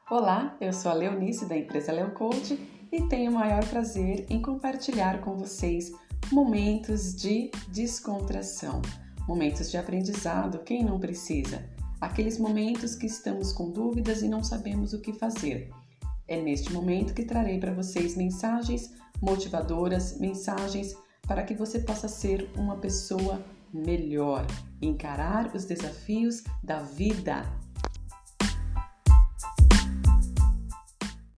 Olá, eu sou a Leonice da empresa Leo Coach e tenho o maior prazer em compartilhar com vocês momentos de descontração, momentos de aprendizado, quem não precisa? Aqueles momentos que estamos com dúvidas e não sabemos o que fazer. É neste momento que trarei para vocês mensagens motivadoras, mensagens para que você possa ser uma pessoa melhor, encarar os desafios da vida